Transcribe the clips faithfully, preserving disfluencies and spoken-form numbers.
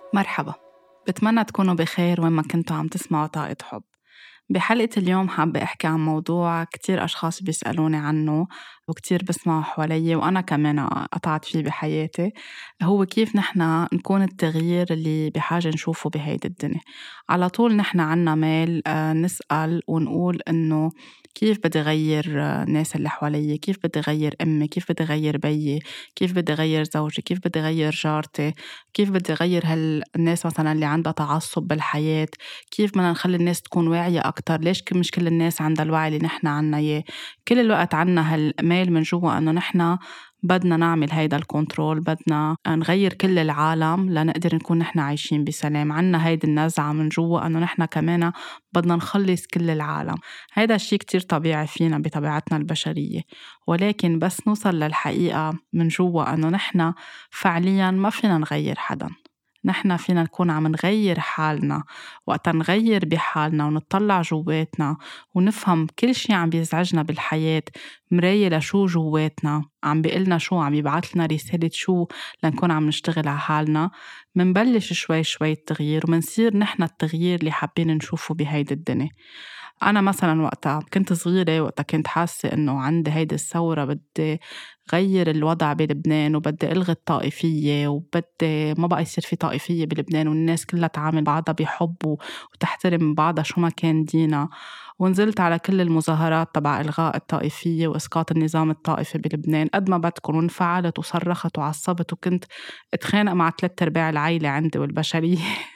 مرحبا، بتمنى تكونوا بخير وين ما كنتوا عم تسمعوا طاقة حب. بحلقة اليوم حابة أحكي عن موضوع كتير أشخاص بيسألوني عنه وكتير بسمعه حوالي وأنا كمان قطعت فيه بحياتي، هو كيف نحنا نكون التغيير اللي بحاجة نشوفه بهيدي الدنيا. على طول نحنا عنا ميل نسأل ونقول إنه كيف بدي غير الناس اللي حوالي، كيف بدي غير أمي، كيف بدي غير بيي، كيف بدي غير زوجي، كيف بدي غير جارتي، كيف بدي غير هالناس مثلا اللي عندها تعصب بالحياة، كيف بدنا نخلي الناس تكون واعية أكتر، ليش مش كل الناس عندها الوعي اللي نحنا عنا إياه. كل الوقت عنا هالميل من جوا أنه نحنا بدنا نعمل هيدا الكنترول، بدنا نغير كل العالم لنقدر نكون نحنا عايشين بسلام. عنا هيدا النزعة من جوا أنه نحنا كمان بدنا نخلص كل العالم. هيدا الشيء كتير طبيعي فينا بطبيعتنا البشرية، ولكن بس نوصل للحقيقة من جوا أنه نحنا فعليا ما فينا نغير حدا. نحنا فينا نكون عم نغير حالنا وقت نغير بحالنا ونطلع جواتنا ونفهم كل شي عم بيزعجنا بالحياة مراية لشو جواتنا، عم بيقلنا شو، عم يبعث لنا رسالة شو لنكون عم نشتغل على حالنا. منبلش شوي شوي التغيير ومنصير نحنا التغيير اللي حابين نشوفه بهيدا الدنيا. أنا مثلا وقتها كنت صغيرة، وقتها كنت حاسة إنه عندي هيدا الثورة، بدي غير الوضع بلبنان وبدي ألغي الطائفية وبدي ما بقى يصير في طائفية بلبنان والناس كلها تعامل بعضها بحب وتحترم بعضها شو ما كان دينا. ونزلت على كل المظاهرات تبع إلغاء الطائفية وإسقاط النظام الطائفي بلبنان قد ما بدكن، وانفعلت وصرخت وعصبت وكنت اتخانق مع ثلاث أرباع العائلة عندي والبشرية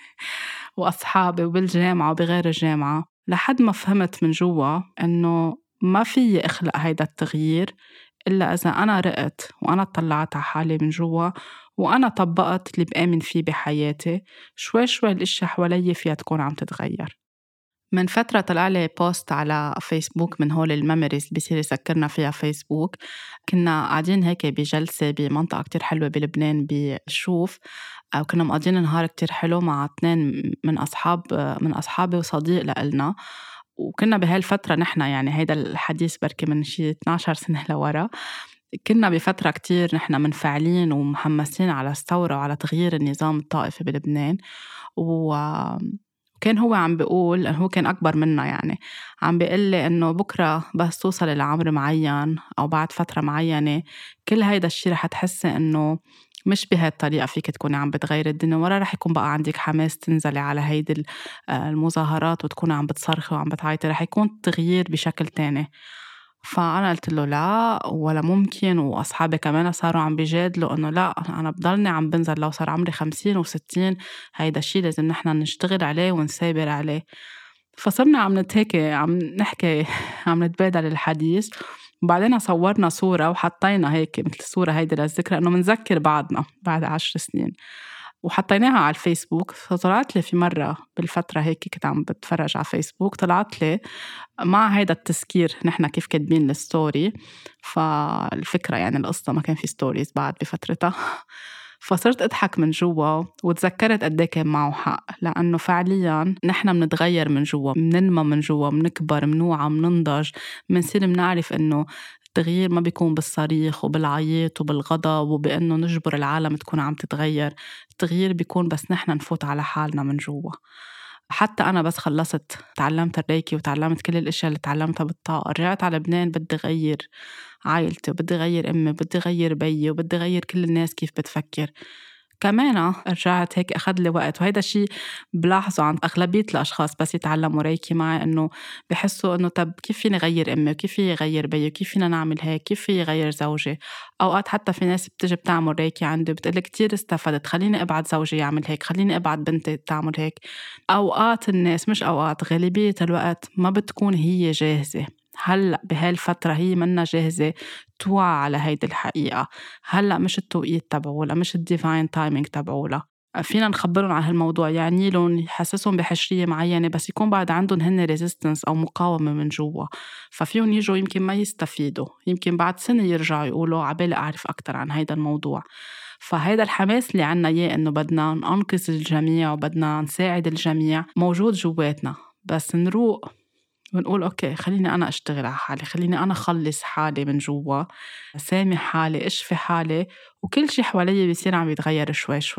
وأصحابي وبالجامعة وبغير الجامعة، لحد ما فهمت من جوا أنه ما في أخلق هيدا التغيير إلا إذا أنا رقت وأنا طلعت على حالي من جوا وأنا طبقت اللي بآمن فيه بحياتي. شوي شوي الاشياء حوالي فيها تكون عم تتغير. من فترة طلع لي بوست على فيسبوك من هول الميموريز بيصير يسكرنا فيها فيسبوك. كنا قاعدين هيك بجلسة بمنطقة كتير حلوة بلبنان بشوف، أو كنا مقضين نهار كتير حلو مع اثنين من أصحاب من أصحابي وصديق لإلنا. وكنا بهالفترة نحنا يعني هيدا الحديث بركي من شي اثنا عشر سنة لورا، كنا بفترة كتير نحنا منفعلين ومحمسين على الثورة وعلى تغيير النظام الطائفي بلبنان. وكان هو عم بيقول، هو كان أكبر منا يعني، عم بيقول لي إنه بكرة بس توصل لعمر معين أو بعد فترة معينة كل هيدا الشي رح تحسي إنه مش بهالطريقة فيك تكوني عم بتغير الدنيا، ولا رح يكون بقى عندك حماس تنزلي على هيدي المظاهرات وتكوني عم بتصرخي وعم بتعيطي، رح يكون التغيير بشكل تاني. فأنا قلت له لا ولا ممكن، وأصحابي كمان صاروا عم بيجادلوا إنه لا أنا بضلني عم بنزل لو صار عمري خمسين وستين، هيدا الشي لازم نحنا نشتغل عليه ونسابر عليه. فصرنا عم نتهكي عم نحكي عم نتبادل الحديث، وبعدين صورنا صورة وحطينا هيك مثل الصورة هيدا للذكرى إنه منذكر بعضنا بعد عشر سنين، وحطيناها على الفيسبوك. فطلعت لي في مرة بالفترة هيك كنت عم بتفرج على فيسبوك، طلعت لي مع هيدا التذكير نحنا كيف كاتبين الستوري. فالفكرة يعني القصة ما كان في ستوريز بعد بفترتها. فصرت أضحك من جوا وتذكرت قد ايه كان معه حق، لأنه فعليا نحنا منتغير من جوا، مننمى من جوا، منكبر، منوعى، مننضج، منصير منعرف إنه التغيير ما بيكون بالصريخ وبالعيط وبالغضب وبأنه نجبر العالم تكون عم تتغير. التغيير بيكون بس نحنا نفوت على حالنا من جوا. حتى أنا بس خلصت تعلمت الريكي وتعلمت كل الأشياء اللي تعلمتها بالطاقة، رجعت على لبنان بدي غير عائلتي وبدي غير أمي وبدي غير بيي وبدي غير كل الناس كيف بتفكر. كمان رجعت هيك أخذ لي وقت، وهيدا الشيء بلاحظه عند أغلبية الأشخاص بس يتعلموا ريكي معي، إنه بحسوا إنه طب كيف فيني غير أمي وكيف فيني غير بيي وكيف فينا نعمل هيك، كيف فيني غير زوجي. أوقات حتى في ناس بتجي بتعمل ريكي عندي بتقلي كتير استفدت، خليني أبعد زوجي يعمل هيك، خليني أبعد بنتي تعمل هيك. أوقات الناس، مش أوقات، غالبية الوقت ما بتكون هي جاهزة. هلأ بهالفترة هي منا جاهزة توعى على هيدي الحقيقة. هلأ مش التوقيت تبعولا، مش الديفاين تايمينج تبعولا. فينا نخبرهم عن هالموضوع، يعني لهم يحسسهم بحشرية معينة، بس يكون بعد عندهم هن ريزيستنس أو مقاومة من جوا. ففيهم يجوا يمكن ما يستفيدوا، يمكن بعد سنة يرجعوا يقولوا عبالي أعرف أكتر عن هيدا الموضوع. فهيدا الحماس اللي عنا إياه إنه بدنا ننقذ الجميع وبدنا نساعد الجميع موجود جواتنا، بس نروق ونقول أوكي خليني أنا أشتغل على حالي، خليني أنا أخلص حالي من جوا، سامح حالي، أشفي حالي، وكل شي حوالي بيصير عم يتغير شوي شوي.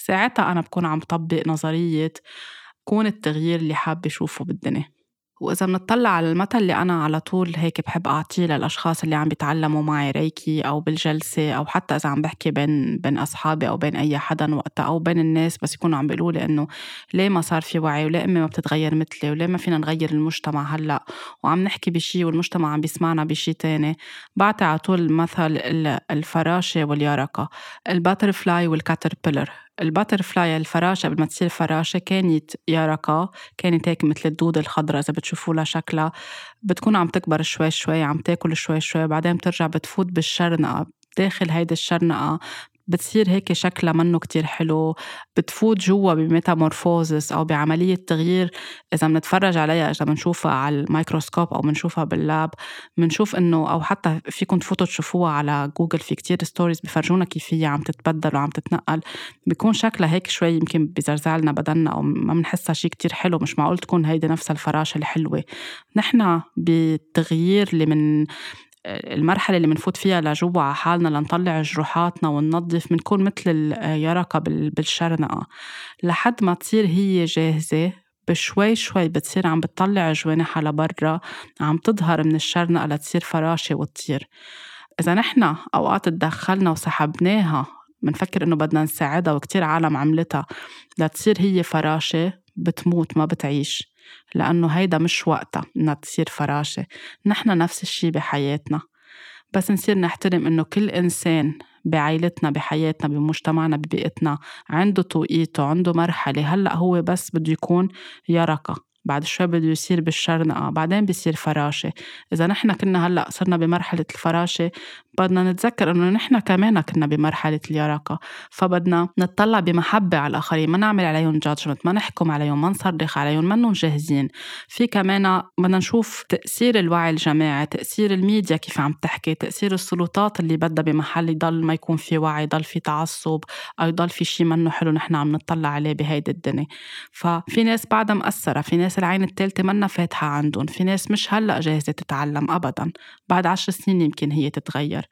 ساعتها أنا بكون عم طبق نظرية كون التغيير اللي حابة أشوفه بالدنيا. وإذا منطلع على المثل اللي أنا على طول هيك بحب أعطيه للأشخاص اللي عم بيتعلموا معي ريكي أو بالجلسة، أو حتى إذا عم بحكي بين بين أصحابي أو بين أي حدا وقتها، أو بين الناس بس يكونوا عم بيقولوا لي إنه ليه ما صار في وعي، وليه أمي ما بتتغير مثلي، وليه ما فينا نغير المجتمع هلأ، وعم نحكي بشي والمجتمع عم بيسمعنا بشي تاني. بعطي على طول مثل الفراشة واليرقة، الباترفلاي والكاتربيلر. الباترفلاي الفراشة قبل ما تصير فراشة كانت يرقة، كانت هيك مثل الدودة الخضراء إذا بتشوفوا لها شكلها، بتكون عم تكبر شوي شوي، عم تاكل شوي شوي، بعدين بترجع بتفوت بالشرنقة. داخل هيدا الشرنقة بتصير هيك شكلها منه كتير حلو، بتفوت جوا بميتامورفوزس أو بعملية تغيير. إذا منتفرج عليها، إذا منشوفها على الميكروسكوب أو منشوفها باللاب، منشوف إنه، أو حتى فيكم تفوتوا تشوفوها على جوجل، في كتير ستوريز بفرجونا كيف هي عم تتبدل وعم تتنقل. بيكون شكلها هيك شوي يمكن بزرزالنا بدننا أو ما منحسها شي كتير حلو. مش معقول تكون هيدي نفس الفراشة الحلوة. نحنا بالتغيير اللي من المرحلة اللي منفوت فيها لجوا على حالنا لنطلع جروحاتنا وننظف، منكون مثل اليرقة بالشرنقة لحد ما تصير هي جاهزة. بشوي شوي بتصير عم بتطلع جوانحها لبرا، عم تظهر من الشرنقة لتصير فراشة وتطير. إذا نحنا أوقات تدخلنا وسحبناها منفكر إنه بدنا نساعدها، وكتير عالم عملتها لتصير هي فراشة، بتموت ما بتعيش، لأنه هيدا مش وقتها إنها تصير فراشة. نحنا نفس الشي بحياتنا، بس نصير نحترم إنه كل إنسان بعائلتنا بحياتنا بمجتمعنا ببيئتنا عنده توقيته، عنده مرحلة. هلأ هو بس بده يكون يرقة، بعد شوي بده يصير بالشرنقة، بعدين بيصير فراشة. إذا نحنا كنا هلأ صرنا بمرحلة الفراشة، بدنا نتذكر إنه نحنا كمان كنا بمرحلة اليرقة، فبدنا نتطلع بمحبة على الآخرين، ما نعمل عليهم جادجمنت، ما نحكم عليهم، ما نصرخ عليهم، ما نجهزين. في كمان بدنا نشوف تأثير الوعي الجماعي، تأثير الميديا كيف عم تحكي، تأثير السلطات اللي بدها بمحل يضل ما يكون في وعي، يضل في تعصب، أو يضل في شيء منه حلو نحنا عم نتطلع عليه بهيدا الدنيا. ففي ناس بعدها مأثرة، في ناس العين الثالثة منا فاتحة عندهم، في ناس مش هلأ جاهزة تتعلم أبدا، بعد عشر سنين يمكن هي تتغير.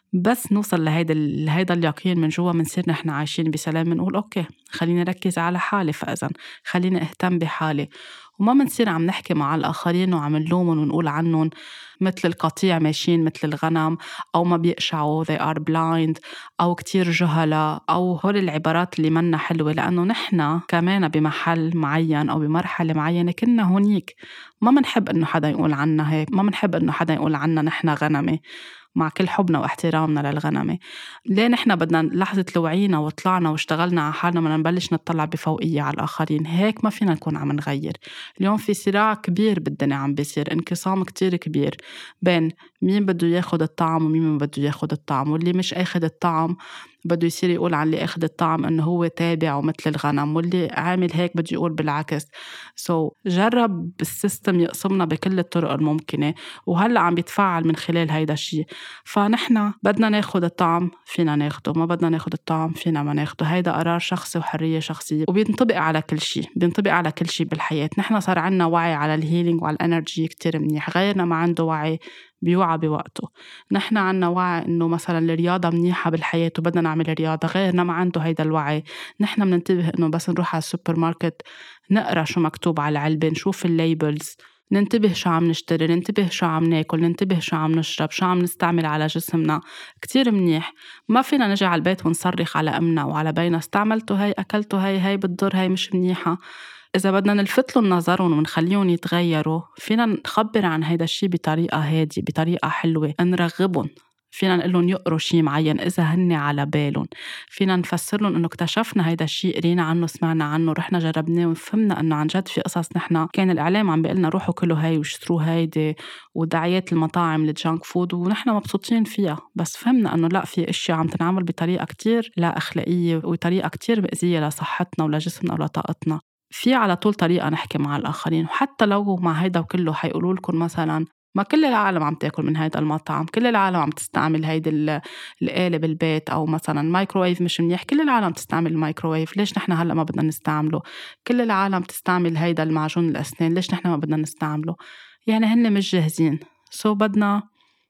بس نوصل لهيدا لهيدا اليقين من جوا، منصير نحن عايشين بسلام، منقول أوكي خليني ركز على حالي، فإذن خليني أهتم بحالي، وما منصير عم نحكي مع الآخرين وعم نلومهم ونقول عنهم مثل القطيع ماشيين مثل الغنم، أو ما بيقشعوا they are blind، أو كتير جهلاء، أو هول العبارات اللي منا حلوة. لأنه نحن كمان بمحل معين أو بمرحلة معينة كنا هونيك. ما منحب إنه حدا يقول عنا هيك، ما منحب إنه حدا يقول عنا نحن غنمة، مع كل حبنا واحترامنا للغنمة. ليه نحن بدنا لحظة لوعينا وطلعنا واشتغلنا على حالنا ما نبلش نطلع بفوقية على الآخرين؟ هيك ما فينا نكون عم نغير. اليوم في صراع كبير بالدنيا عم بيصير، انقسام كتير كبير بين مين بده ياخد الطعم ومين ما بده ياخد الطعم، واللي مش اخد الطعم بده يصير يقول عن اللي اخد الطعم انه هو تابع ومثل الغنم، واللي عامل هيك بده يقول بالعكس. سو so, جرب السيستم يقسمنا بكل الطرق الممكنة، وهلأ عم بيتفاعل من خلال هيدا الشيء. فنحن بدنا ناخد الطعم فينا ناخده، ما بدنا ناخد الطعم فينا ما ناخده. هيدا قرار شخصي وحرية شخصية، وبينطبق على كل شيء، بينطبق على كل شيء بالحياة. نحن صار عنا وعي على الهيلينج وعلى الانرجي كتير منيح، غيرنا ما عنده وعي بيوعى بوقته. نحن عنا وعي إنه مثلا الرياضة منيحة بالحياة وبدنا نعمل رياضة، غيرنا ما عنده هيدا الوعي. نحن بننتبه إنه بس نروح على السوبر ماركت نقرأ شو مكتوب على العلبة، نشوف الليبلز، ننتبه شو عم نشتري، ننتبه شو عم ناكل، ننتبه شو عم نشرب، شو عم نستعمل على جسمنا. كتير منيح. ما فينا نجي على البيت ونصرخ على أمنا وعلى بينا استعملتوا هاي، أكلتوا هاي، هاي بتضر، هاي مش منيحة. إذا بدنا نلفت لهم نظرهم ونخليهم يتغيروا، فينا نخبر عن هيدا الشيء بطريقة هادية، بطريقة حلوة، نرغبهم. فينا نقول لهم يقروا شيء معين إذا هن على بالهم. فينا نفسر لهم إنه اكتشفنا هيدا الشيء، قرينا عنه، سمعنا عنه، رحنا جربناه وفهمنا إنه عن جد في قصص. نحنا كان الإعلام عم بيقلنا روحوا كلوا هاي واشتروا هيدي، ودعايات المطاعم للجانك فود، ونحنا مبسوطين فيها. بس فهمنا إنه لا، في أشياء عم تنعمل بطريقة كتير لا أخلاقية وطريقة كتير مؤذية لصحتنا ولجسمنا ولطاقتنا. في على طول طريقة نحكي مع الآخرين. وحتى لو مع هيدا وكله حيقولوا لكم مثلا ما كل العالم عم تاكل من هيدا المطعم، كل العالم عم تستعمل هيدا الآلة بالبيت، أو مثلا مايكروويف مش منيح، كل العالم تستعمل المايكروويف، ليش نحن هلأ ما بدنا نستعمله؟ كل العالم تستعمل هيدا المعجون الأسنان، ليش نحن ما بدنا نستعمله؟ يعني هن مش جاهزين. سو بدنا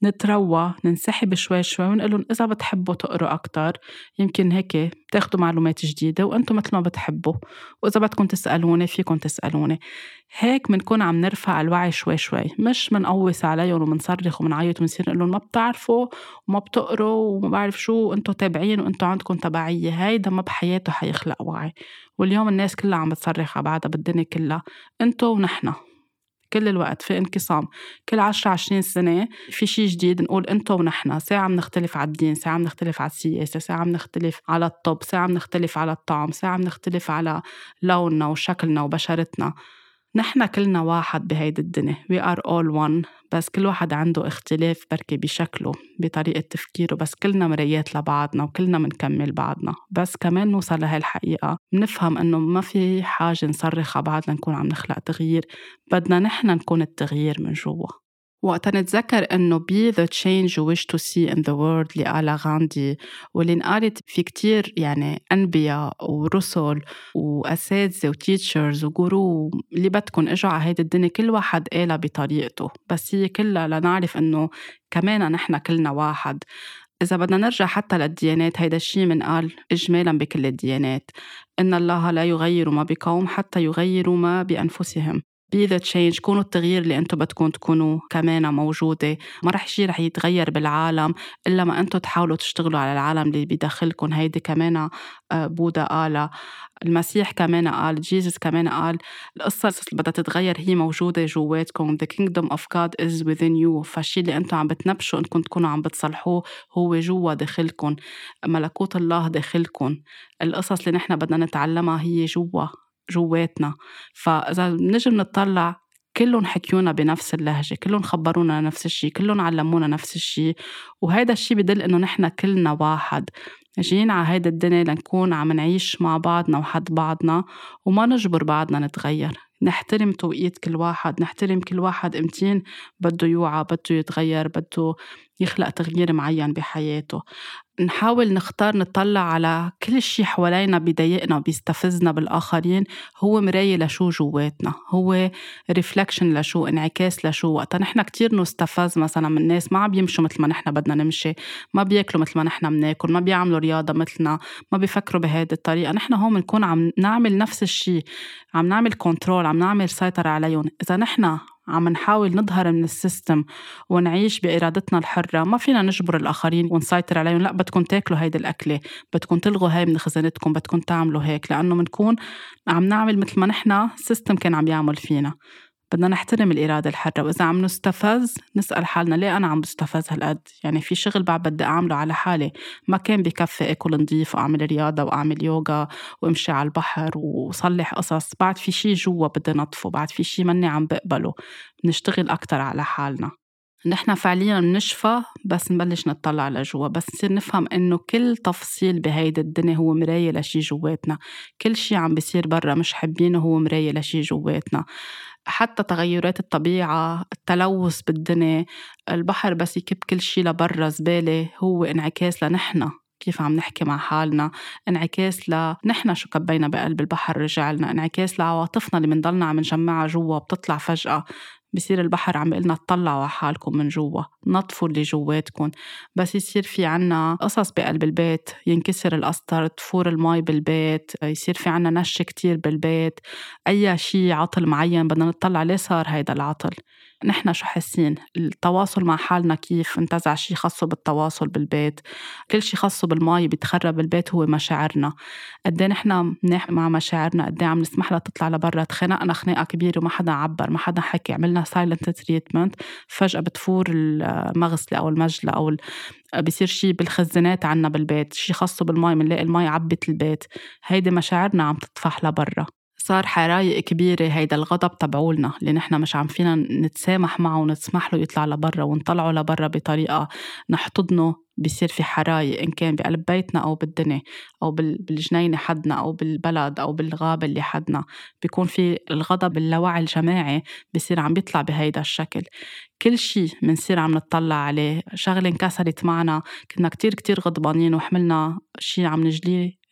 نتروى ننسحب شوي شوي ونقولهم إذا بتحبوا تقروا أكتر يمكن هيك تاخدوا معلومات جديدة وأنتم مثل ما بتحبوا، وإذا بدكم تسألوني فيكم تسألوني. هيك منكون عم نرفع الوعي شوي شوي، مش منقوس عليهم ومنصرخ ومنعيط ونصير نقولهم ما بتعرفوا وما بتقروا وما بعرف شو وأنتم تابعين وأنتم عندكم تبعية. هيدا ما بحياته حيخلق وعي. واليوم الناس كلها عم بتصرخ على بعضها بالدنيا كلها، أنتم ونحنا كل الوقت في انقسام. كل عشرة عشرين سنة في شيء جديد نقول أنتو ونحنا. ساعة منختلف على الدين، ساعة منختلف على السياسة، ساعة منختلف على الطب، ساعة منختلف على الطعام، ساعة منختلف على لوننا وشكلنا وبشرتنا. نحنا كلنا واحد بهيدي الدنيا. We are all one. بس كل واحد عنده اختلاف بركي بشكله بطريقة تفكيره، بس كلنا مريات لبعضنا وكلنا منكمل بعضنا. بس كمان نوصل لهي الحقيقة نفهم أنه ما في حاجة نصرخ على بعض لنكون عم نخلق تغيير، بدنا نحنا نكون التغيير من جوا. وقتا نتذكر أنه be the change you wish to see in the world لآلا غاندي، واللي انقالت في كتير يعني أنبياء ورسل وأساتذة وتيتشرز وغورو اللي بدكن إجوا على هيدا الدنيا، كل واحد قالها بطريقته، بس هي كلها لنعرف أنه كمان نحنا كلنا واحد. إذا بدنا نرجع حتى للديانات، هيدا الشيء منقال إجمالا بكل الديانات، إن الله لا يغير ما بقوم حتى يغيروا ما بأنفسهم. be the change. كونوا التغيير اللي أنتوا بدكم تكونوا كمان موجودة. ما رح يجي رح يتغير بالعالم إلا ما أنتوا تحاولوا تشتغلوا على العالم اللي بداخلكم. هيدي كمان بودا قال، المسيح كمان قال، جيسس كمان قال القصة اللي بدها تتغير هي موجودة جواتكم. the kingdom of God is within you. فالشي اللي أنتوا عم بتنبشوا أنكم تكونوا عم بتصلحوه هو جوا داخلكم. ملكوت الله داخلكم. القصص اللي نحنا بدنا نتعلمها هي جوا جواتنا. فإذا نجي نطلع كلهم حكيونا بنفس اللهجة، كلهم خبرونا نفس الشيء، كلهم علمونا نفس الشيء، وهيدا الشيء بدل إنه نحنا كلنا واحد جايين على هيدا الدنيا لنكون عم نعيش مع بعضنا وحد بعضنا وما نجبر بعضنا نتغير. نحترم توقيت كل واحد، نحترم كل واحد امتين بده يوعى، بده يتغير، بده يخلق تغيير معين بحياته. نحاول نختار نطلع على كل شيء حوالينا بيضايقنا وبيستفزنا بالآخرين هو مراية لشو جواتنا، هو ريفلكشن لشو، انعكاس لشو. وقتا نحن كتير نستفز مثلا من الناس ما بيمشوا مثل ما نحن بدنا نمشي، ما بياكلوا مثل ما نحن بناكل، ما بيعملوا رياضة مثلنا، ما بيفكروا بهذه الطريقة، نحن هون بنكون عم نعمل نفس الشيء، عم نعمل كنترول، عم نعمل سيطرة عليهم. إذا نحن عم نحاول نظهر من السيستم ونعيش بإرادتنا الحرة، ما فينا نجبر الآخرين ونسيطر عليهم. لا، بدكم تاكلوا هيدا الأكلة، بدكم تلغوا هاي من خزانتكم، بدكم تعملوا هيك، لأنه منكون عم نعمل مثل ما نحن السيستم كان عم يعمل فينا. بدنا نحترم الإرادة الحرة. وإذا عم نستفز نسأل حالنا ليه أنا عم بستفز هالقد؟ يعني في شغل بعد بدي أعمله على حالي، ما كان بكفي أكل نظيف وأعمل رياضة وأعمل يوغا وأمشي على البحر وصلح قصص. بعد في شي جوا بدي نطفه، بعد في شي مني عم بقبله. نشتغل أكتر على حالنا. نحن فعليا بنشفى بس نبلش نطلع لجوا، بس نصير نفهم إنه كل تفصيل بهيدا الدنيا هو مراية لشي جواتنا. كل شي عم بيصير برا مش حابينه هو مراية لشي جواتنا. حتى تغيرات الطبيعة، التلوث بالدنيا، البحر بس يكب كل شي لبرا زبالة، هو انعكاس لنحنا كيف عم نحكي مع حالنا، انعكاس لنحنا شو كبينا بقلب البحر رجعلنا، انعكاس لعواطفنا اللي منضلنا عم نجمعها جوا بتطلع فجأة. بصير البحر عم يقلنا تطلعوا على حالكم من جوا، نطفوا اللي جواتكم. بس يصير في عنا قصص بقلب البيت، ينكسر القسطر، تفور المي بالبيت، يصير في عنا نش كتير بالبيت، أي شيء عطل معين بدنا نطلع ليه صار هيدا العطل، نحن شو حاسين، التواصل مع حالنا كيف انتزع. شيء خاصه بالتواصل بالبيت، كل شيء خاصه بالماء بيتخرب بالبيت هو مشاعرنا. قديه نحن مناح مع مشاعرنا، قديه عم نسمح لها تطلع لبرا. تخنقنا خناقة كبيرة وما حدا عبر، ما حدا حكي، عملنا سايلنت تريتمنت، فجأة بتفور المغسلة أو المجلة أو ال... بيصير شيء بالخزانات عنا بالبيت، شيء خاصه بالماء، منلاقي الماء عبت البيت. هيدي مشاعرنا عم تطفح لبرا. صار حرايق كبيرة، هيدا الغضب تبعولنا اللي نحنا مش عم فينا نتسامح معه ونسمح له يطلع لبرا ونطلعه لبرا بطريقة نحتضنه. بيصير في حرايق إن كان بقلب بيتنا أو بالدنيا أو بالجنينة حدنا أو بالبلد أو بالغابة اللي حدنا. بيكون في الغضب اللاواعي الجماعي بيصير عم بيطلع بهيدا الشكل. كل شيء منصير عم نطلع عليه. شغلة انكسرت معنا، كنا كتير كتير غضبانين وحملنا شيء عم نجليه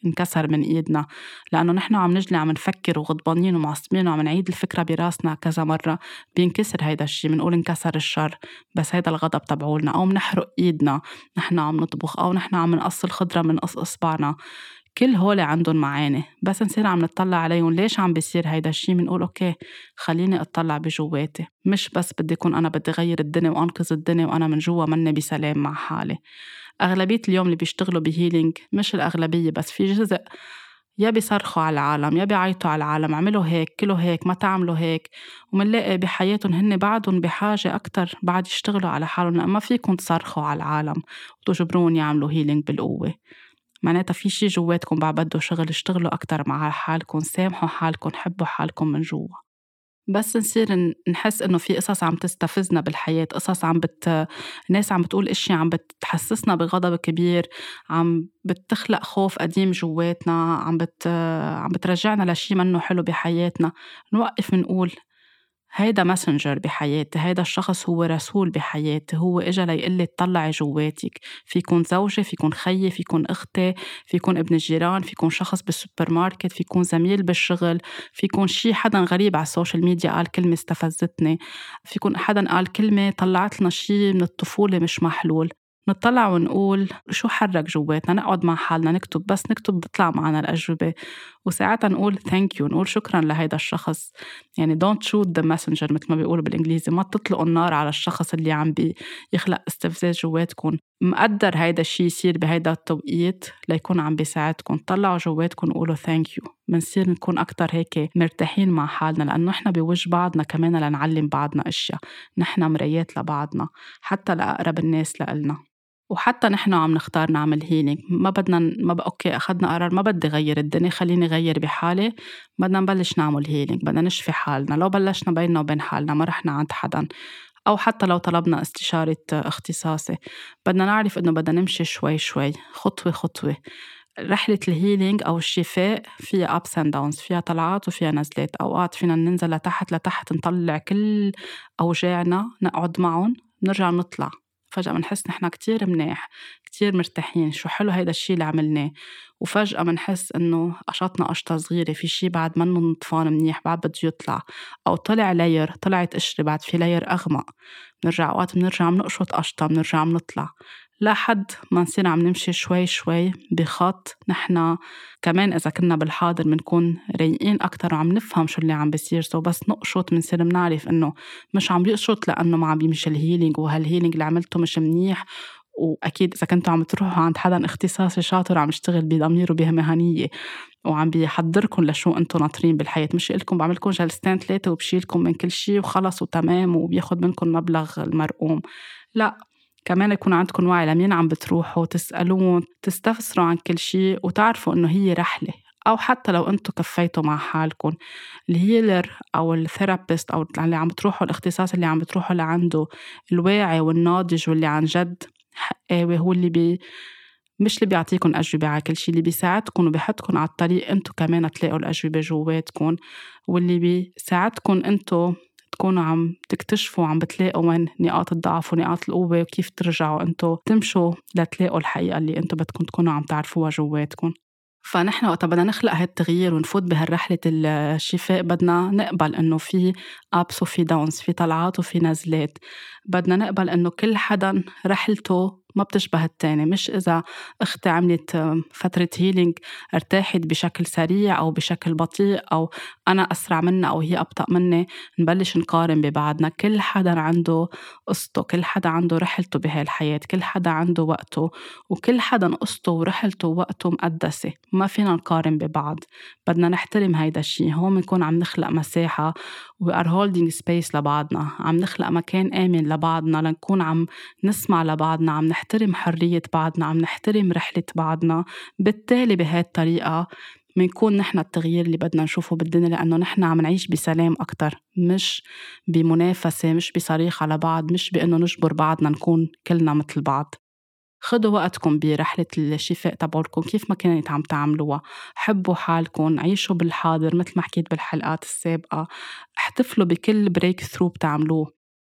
انكسر من إيدنا، لأنه نحن عم نجلي عم نفكر وغضبانين ومعصبين وعم نعيد الفكرة براسنا كذا مرة، بينكسر هيدا الشي، منقول انكسر الشر. بس هيدا الغضب تبعولنا، أو منحرق إيدنا نحن عم نطبخ، أو نحن عم نقص الخضرة من قص إصبعنا. كل هولي عندهم معاني، بس نصير عم نطلع عليهم ليش عم بيصير هيدا الشي، منقول أوكي خليني أطلع بجواتي، مش بس بدي يكون أنا بدي غير الدنيا وأنقذ الدنيا وأنا من جوا مني بسلام مع حالي. أغلبية اليوم اللي بيشتغلوا بهيلينج، مش الأغلبية بس في جزء، يا بيصرخوا على العالم يا بيعيطوا على العالم، عملوا هيك كلوا هيك ما تعملوا هيك، ومنلاقي بحياتهم هن بعدهم بحاجة أكتر بعد يشتغلوا على حالهم، لأن ما فيكم تصرخوا على العالم وتجبرون يعملوا هيلينج بالقوة. معناتها في شي جواتكم بعد بده شغل، اشتغلوا أكتر مع حالكم، سامحوا حالكم، حبوا حالكم من جوا. بس نصير نحس إنه في قصص عم تستفزنا بالحياة، قصص عم بت ناس عم بتقول إشي عم بتحسسنا بغضب كبير، عم بتخلق خوف قديم جواتنا، عم بت عم بترجعنا لشي منه حلو بحياتنا. نوقف نقول هيدا ماسنجر بحياتي، هيدا الشخص هو رسول بحياتي، هو إجا ليقلي تطلعي جواتك. فيكون زوجة، فيكون خيي، فيكون أختي، فيكون ابن الجيران، فيكون شخص بالسوبر ماركت، فيكون زميل بالشغل، فيكون شي حدا غريب على السوشيال ميديا قال كلمة استفزتني، فيكون حدا قال كلمة طلعت لنا شي من الطفولة مش محلول. نطلع ونقول شو حرك جواتنا، نقعد مع حالنا نكتب، بس نكتب بطلع معنا الأجوبة، وساعتها نقول thank you، نقول شكرا لهيدا الشخص. يعني don't shoot the messenger مثل ما بيقولوا بالإنجليزي، ما تطلقوا النار على الشخص اللي عم بيخلق استفزاز جواتكم. مقدر هيدا الشي يصير بهيدا التوقيت ليكون عم بيساعدكم، طلعوا جواتكم وقولوا thank you. منصير نكون أكتر هيك مرتاحين مع حالنا، لأنه إحنا بوجه بعضنا كمان لنعلم بعضنا أشياء، نحن مرايات لبعضنا حتى لأقرب الناس لإلنا. وحتى نحن عم نختار نعمل هيلينج، ما بدنا ما ب... أوكي أخذنا قرار ما بدي غير الدنيا، خليني غير بحالي، بدنا نبلش نعمل هيلينج، بدنا نشفي حالنا. لو بلشنا بيننا وبين حالنا ما رحنا عند حدا، أو حتى لو طلبنا استشارة اختصاصي، بدنا نعرف إنه بدنا نمشي شوي شوي خطوة خطوة. رحلة الهيلينج أو الشفاء فيها ups and downs، فيها طلعات وفيها نزلات. أوقات فينا ننزل لتحت لتحت نطلع كل أوجاعنا، نقعد معهم، نرجع نطلع فجأة منحس نحنا كتير منيح، كتير مرتاحين، شو حلو هيدا الشي اللي عملناه. وفجأة منحس إنه قشطنا قشطة صغيرة، في شي بعد منه نطفان منيح، بعد بده يطلع، أو طلع لاير، طلعت قشرة، بعد في لاير أغمق. نرجع أوقات بنرجع منقشط قشطة، بنرجع منطلع لحد ما نصير عم نمشي شوي شوي بخط. نحنا كمان إذا كنا بالحاضر منكون رايقين أكتر وعم نفهم شو اللي عم بيصير، سو بس نقشط منصير منعرف إنه مش عم بيقشط لأنه ما عم بيمشي الهيلينج، وهالهيلينج اللي عملته مش منيح. وأكيد إذا كنتوا عم تروحوا عند حدا اختصاصي شاطر عم يشتغل بضمير وبمهنية وعم بيحضركم لشو أنتوا ناطرين بالحياة، مش إلكم بعملكم جلستين ثلاثة وبشيلكم من كل شي وخلص وتمام وبياخد منكم مبلغ المرقوم. لا، كمان يكون عندكم وعي لمين عم بتروحوا، تسألون، تستفسروا عن كل شي، وتعرفوا إنه هي رحلة. أو حتى لو أنتوا كفيتوا مع حالكم، الهيلر أو الثيرابيست أو اللي عم بتروحوا الاختصاص اللي عم بتروحوا لعنده، الواعي والناضج واللي عن جد حقاوي، هو اللي بي مش اللي بيعطيكم أجوبة على كل شي، اللي بيساعدكم وبيحطكم على الطريق أنتوا كمان تلاقوا الأجوبة جواتكم، واللي بيساعدكم أنتوا تكونوا عم تكتشفوا وعم بتلاقوا وين نقاط الضعف ونقاط القوة، وكيف ترجعوا أنتوا تمشوا لتلاقوا الحقيقة اللي أنتوا بدكم تكونوا عم تعرفوها جواتكم. فنحن وقت بدنا نخلق هالتغيير ونفوت بهالرحلة الشفاء، بدنا نقبل إنه في أبس وفي داونز، في طلعات وفي نزلات. بدنا نقبل إنه كل حدا رحلته ما بتشبه التاني. مش إذا أختي عملت فترة هيلينج ارتاحت بشكل سريع أو بشكل بطيء، أو أنا أسرع منها أو هي أبطأ مني، نبلش نقارن ببعضنا. كل حدا عنده قصته، كل حدا عنده رحلته بهالحياة، كل حدا عنده وقته، وكل حدا قصته ورحلته ووقته مقدسة، ما فينا نقارن ببعض. بدنا نحترم هيدا الشيء. هون بنكون عم نخلق مساحة we are holding space لبعضنا، عم نخلق مكان آمن لبعضنا لنكون عم نسمع لبعضنا، عم نحترم حرية بعضنا، عم نحترم رحلة بعضنا. بالتالي بهاي الطريقة منكون نحن التغيير اللي بدنا نشوفه بالدنيا، لأنه نحن عم نعيش بسلام أكتر، مش بمنافسة، مش بصريخ على بعض، مش بأنه نجبر بعضنا نكون كلنا مثل بعض. خدوا وقتكم برحلة الشفاء تبعولكم كيف ما كانت عم تعملوها. حبوا حالكم، عيشوا بالحاضر مثل ما حكيت بالحلقات السابقة، احتفلوا بكل بريك ثرو بتعملوه.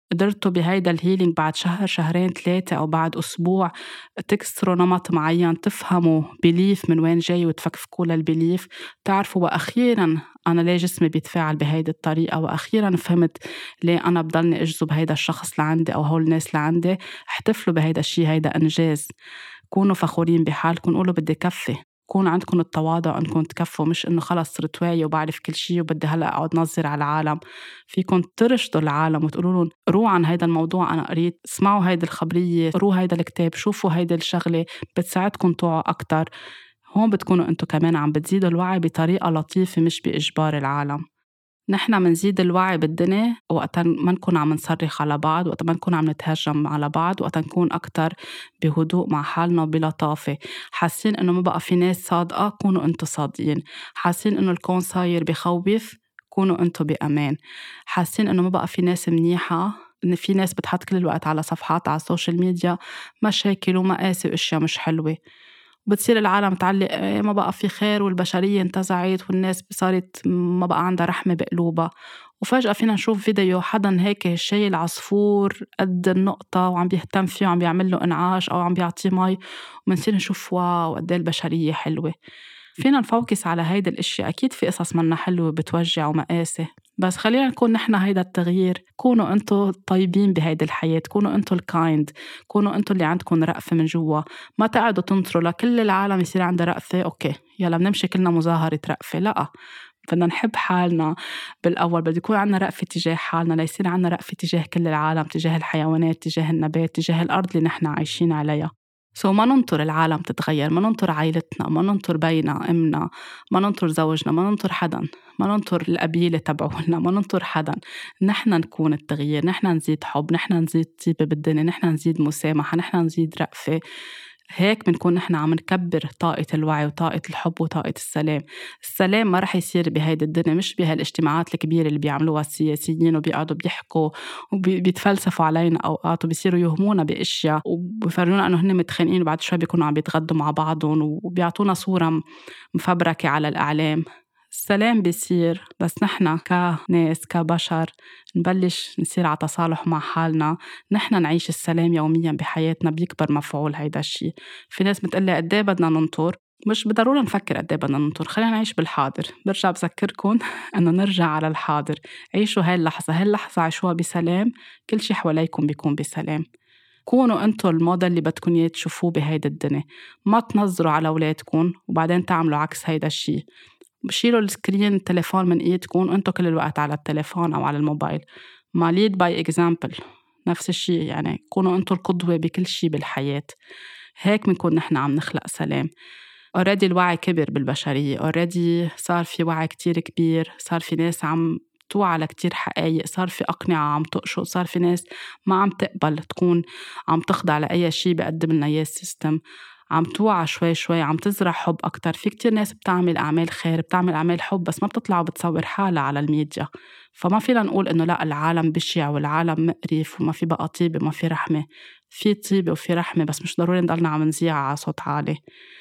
قدرتوا بهيدا الهيلينج بعد شهر شهرين ثلاثة أو بعد أسبوع تكسروا نمط معين، تفهموا بليف من وين جاي وتفكفكوا للبليف، تعرفوا وأخيراً أنا ليه جسمي بيتفاعل بهيدي الطريقة، وأخيراً فهمت ليه أنا بضلني أجذب هيدا الشخص لعندي أو هول الناس لعندي. احتفلوا بهيدا الشي، هيدا إنجاز. كونوا فخورين بحالكم، قولوا بدي كفي. كون عندكم التواضع أنكم تكفوا، مش إنه خلص صرت واعية وبعرف كل شيء وبدي هلأ أقعد نظر على العالم. فيكم ترشدوا العالم وتقولوا لهم روح عن هيدا الموضوع أنا قريت، اسمعوا هيدا الخبرية، روح هيدا الكتاب، شوفوا هيدا الشغلة بتساعدكم توعوا أكتر. هون بتكونوا أنتوا كمان عم بتزيدوا الوعي بطريقة لطيفة، مش بإجبار العالم. نحن منزيد الوعي بالدنيا وقتا ما نكون عم نصرخ على بعض، وقتا ما نكون عم نتهجم على بعض، وقتا نكون أكتر بهدوء مع حالنا وبلطافة. حاسين إنه ما بقى في ناس صادقة، كونوا أنتوا صادقين. حاسين إنه الكون صاير بخوف، كونوا أنتوا بأمان. حاسين إنه ما بقى في ناس منيحة، إن في ناس بتحط كل الوقت على صفحات على السوشيال ميديا مشاكل ومقاسي وإشياء مش حلوة، بتصير العالم تعلق ما بقى في خير والبشرية انتزعت والناس صارت ما بقى عندها رحمة بقلوبها. وفجأة فينا نشوف فيديو حدا هيك شايل عصفور قد النقطة وعم بيهتم فيه وعم بيعمل له إنعاش أو عم بيعطيه مي، ومنصير نشوف واو قد ايه البشرية حلوة. فينا نفوكس على هيدا الاشياء. أكيد في قصص منا حلوة بتوجع ومقاسة، بس خلينا نكون نحن هيدا التغيير. كونوا أنتوا طيبين بهيدا الحياة، كونوا أنتوا الكايند، كونوا أنتوا اللي عندكم رأفة من جوا. ما تقعدوا تنطروا لكل العالم يصير عنده رأفة، أوكي يلا بنمشي كلنا مظاهرة رأفة. لا، بدنا نحب حالنا بالأول، بدي يكون عنا رأفة تجاه حالنا ليصير عنا رأفة تجاه كل العالم، تجاه الحيوانات، تجاه النبات، تجاه الأرض اللي نحن عايشين عليها. سو ما ننطر العالم تتغير، ما ننطر عائلتنا، ما ننطر بينا أمنا، ما ننطر زوجنا، ما ننطر حدا، ما ننطر القبيلة تبعونا، ما ننطر حدا. نحن نكون التغيير، نحن نزيد حب، نحن نزيد طيبة بالدنيا، نحن نزيد مسامحة، نحن نزيد رأفة. هيك بنكون نحن عم نكبر طاقة الوعي وطاقة الحب وطاقة السلام. السلام ما رح يصير بهيدا الدنيا، مش بهالاجتماعات الكبيرة اللي بيعملوها السياسيين وبيقعدوا بيحكوا وبيتفلسفوا علينا أوقات وبيصيروا يهمونا بأشياء وبيفرجونا أنه هن متخانقين وبعد شوي بيكونوا عم بيتغدوا مع بعضهم وبيعطونا صورة مفبركة على الأعلام. السلام بيصير بس نحن كناس كبشر نبلش نصير على تصالح مع حالنا، نحن نعيش السلام يوميا بحياتنا، بيكبر مفعول هيدا الشيء. في ناس بتقلي قد ايه بدنا ننطر، مش بالضرورة نفكر قد ايه بدنا ننطر، خلينا نعيش بالحاضر. برجع بذكركم انه نرجع على الحاضر، عيشوا هاي اللحظة، هاي اللحظة عيشوها بسلام، كل شيء حواليكم بيكون بسلام. كونوا انتوا الموديل اللي بدكم اياه تشوفوه بهيدا الدنيا. ما تنظروا على أولادكم وبعدين تعملوا عكس هيدا الشيء. شيلوا السكرين التليفون من ايدكم، انتوا كل الوقت على التليفون او على الموبايل. ما lead by example، نفس الشيء يعني كونوا انتوا القدوة بكل شيء بالحياة. هيك بنكون نحن عم نخلق سلام. already الوعي كبر بالبشرية، already صار في وعي كتير كبير، صار في ناس عم توعى على كتير حقائق، صار في أقنعة عم تقشط، صار في ناس ما عم تقبل تكون عم تخضع لأي شيء بيقدم لنا إياه السيستم، عم توعى شوي شوي، عم تزرع حب أكتر. في كتير ناس بتعمل أعمال خير، بتعمل أعمال حب، بس ما بتطلع وبتصور حالها على الميديا. فما فينا نقول إنه لا العالم بشع والعالم مقرف وما في بقى طيبة وما في رحمة. في طيبة وفي رحمة، بس مش ضروري نضلنا عم نزيع على صوت عالي.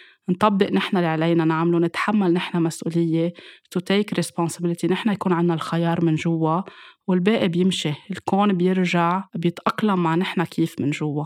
نطبق نحن اللي علينا نعمله، نتحمل نحن مسؤولية to take responsibility. نحن يكون عنا الخيار من جوا والباقي بيمشي، الكون بيرجع بيتأقلم مع نحن كيف من جوا.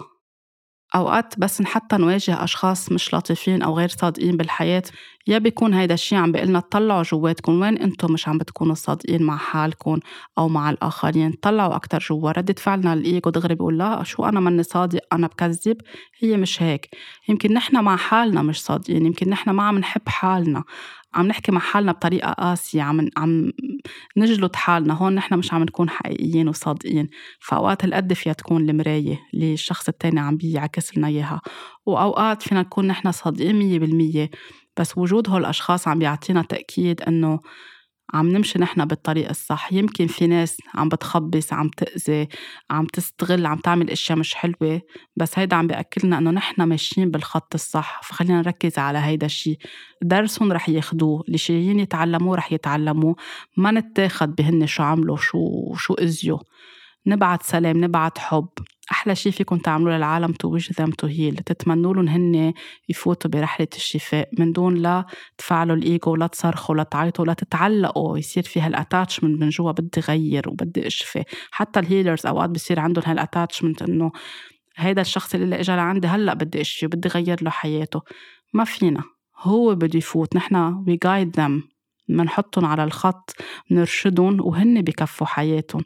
أوقات بس حتى نواجه أشخاص مش لطيفين أو غير صادقين بالحياة، يا بيكون هيدا الشيء عم بيقلنا تطلعوا جواتكم وين أنتم مش عم بتكونوا صادقين مع حالكم أو مع الآخرين. طلعوا أكتر جوا. ردة فعلنا الإيجو دغري بيقول لا شو أنا مني صادق، أنا بكذب. هي مش هيك. يمكن نحن مع حالنا مش صادقين، يمكن نحن ما عم نحب حالنا، عم نحكي مع حالنا بطريقة قاسية، عم عم نجلد حالنا. هون نحن مش عم نكون حقيقيين وصادقين. فأوقات هالقد فيها تكون المراية اللي الشخص التاني عم بيعكس لنا إياها، وأوقات فينا نكون نحن صادقين مية بالمية، بس وجود هول الأشخاص عم بيعطينا تأكيد أنه عم نمشي نحن بالطريق الصح. يمكن في ناس عم بتخبص، عم تأذي، عم تستغل، عم تعمل اشياء مش حلوة، بس هيدا عم بيأكلنا انه نحن ماشيين بالخط الصح. فخلينا نركز على هيدا الشيء. درسهم رح ياخدوه، اللي شايين يتعلموه رح يتعلموه. ما نتاخد بهن شو عملوا، شو شو اذيوا. نبعت سلام، نبعت حب. أحلى شيء فيكم تعملوا للعالم to wish them to heal، تتمنوا لهم هن يفوتوا برحلة الشفاء من دون لا تفعلوا الإيجو، لا تصرخوا، لا تعيطوا، لا تتعلقوا، يصير في هالأتاتشمنت من جوا بدي غير وبدي أشفي. حتى الهيلرز أوقات بيصير عندهم هالأتاتشمنت إنه هيدا الشخص اللي إجا لعندي هلأ بدي أشفي وبدي غير له حياته. ما فينا، هو بده يفوت، نحنا we guide them، منحطهم على الخط، نرشدهم وهن بكفوا حياتهم.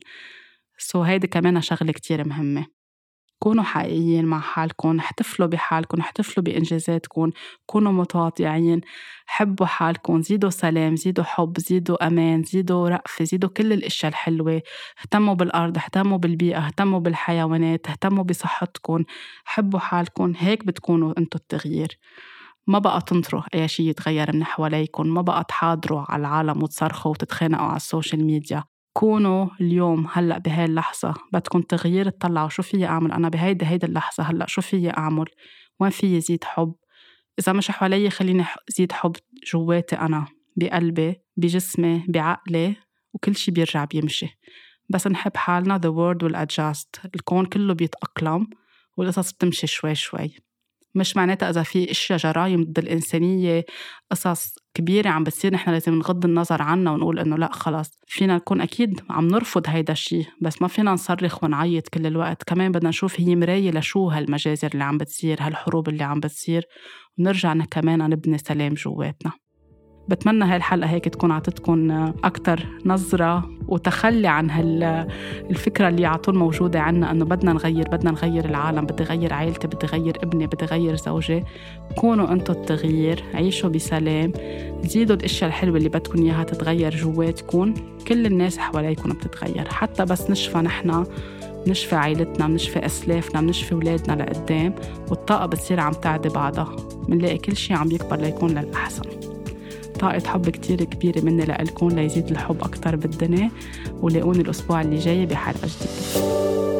سو هيدا كمان شغلة كتير مهمة. كونوا حقيقيين مع حالكم، احتفلوا بحالكم، احتفلوا بإنجازاتكم، كونوا متواضعين، حبوا حالكم، زيدوا سلام، زيدوا حب، زيدوا أمان، زيدوا رأفة، زيدوا كل الأشياء الحلوة. اهتموا بالأرض، اهتموا بالبيئة، اهتموا بالحيوانات، اهتموا بصحتكم، حبوا حالكم. هيك بتكونوا انتو التغيير. ما بقى تنطروا أي شيء يتغير من حواليكم، ما بقى تحاضروا على العالم وتصرخوا وتتخانقوا على السوشيال ميديا. كونوا اليوم هلأ بهاي اللحظة بدكم تغيير، تطلعوا شو فيي أعمل أنا بهيدا هيدا اللحظة هلأ، شو فيي أعمل، وين فيي زيد حب. إذا مش حوالي خليني زيد حب جواتي أنا، بقلبي، بجسمي، بعقلي، وكل شي بيرجع بيمشي. بس نحب حالنا the world will adjust، الكون كله بيتأقلم والقصص بتمشي شوي شوي. مش معناتها إذا في إشياء جرائم ضد الإنسانية، قصص كبيرة عم بتصير، نحن لازم نغض النظر عنها ونقول إنه لأ خلاص. فينا نكون أكيد عم نرفض هيدا الشيء، بس ما فينا نصرخ ونعيط كل الوقت. كمان بدنا نشوف هي مراية لشو هالمجازر اللي عم بتصير، هالحروب اللي عم بتصير، ونرجع كمان نبني سلام جواتنا. بتمنى هاي الحلقة هيك تكون عطتكم أكتر نظرة وتخلي عن هالفكرة اللي عطول موجودة عنا أنه بدنا نغير، بدنا نغير العالم، بدي غير عائلتي، بدي غير ابني، بدي غير زوجي. كونوا أنتو التغيير، عيشوا بسلام، زيدوا الأشياء الحلوة اللي بدكم إياها تتغير جواتكم. كل الناس حواليكم بتتغير، حتى بس نشفى نحنا، نشفي عائلتنا، نشفي أسلافنا، نشفي ولادنا لقدام، والطاقة بتصير عم تعدي بعضها، منلاقي كل شيء عم يكبر ليكون للأحسن. طاقة حب كتير كبيرة مني لألكم ليزيد الحب أكتر بالدنيا، ولاقوني الأسبوع اللي جاي بحلقة جديدة.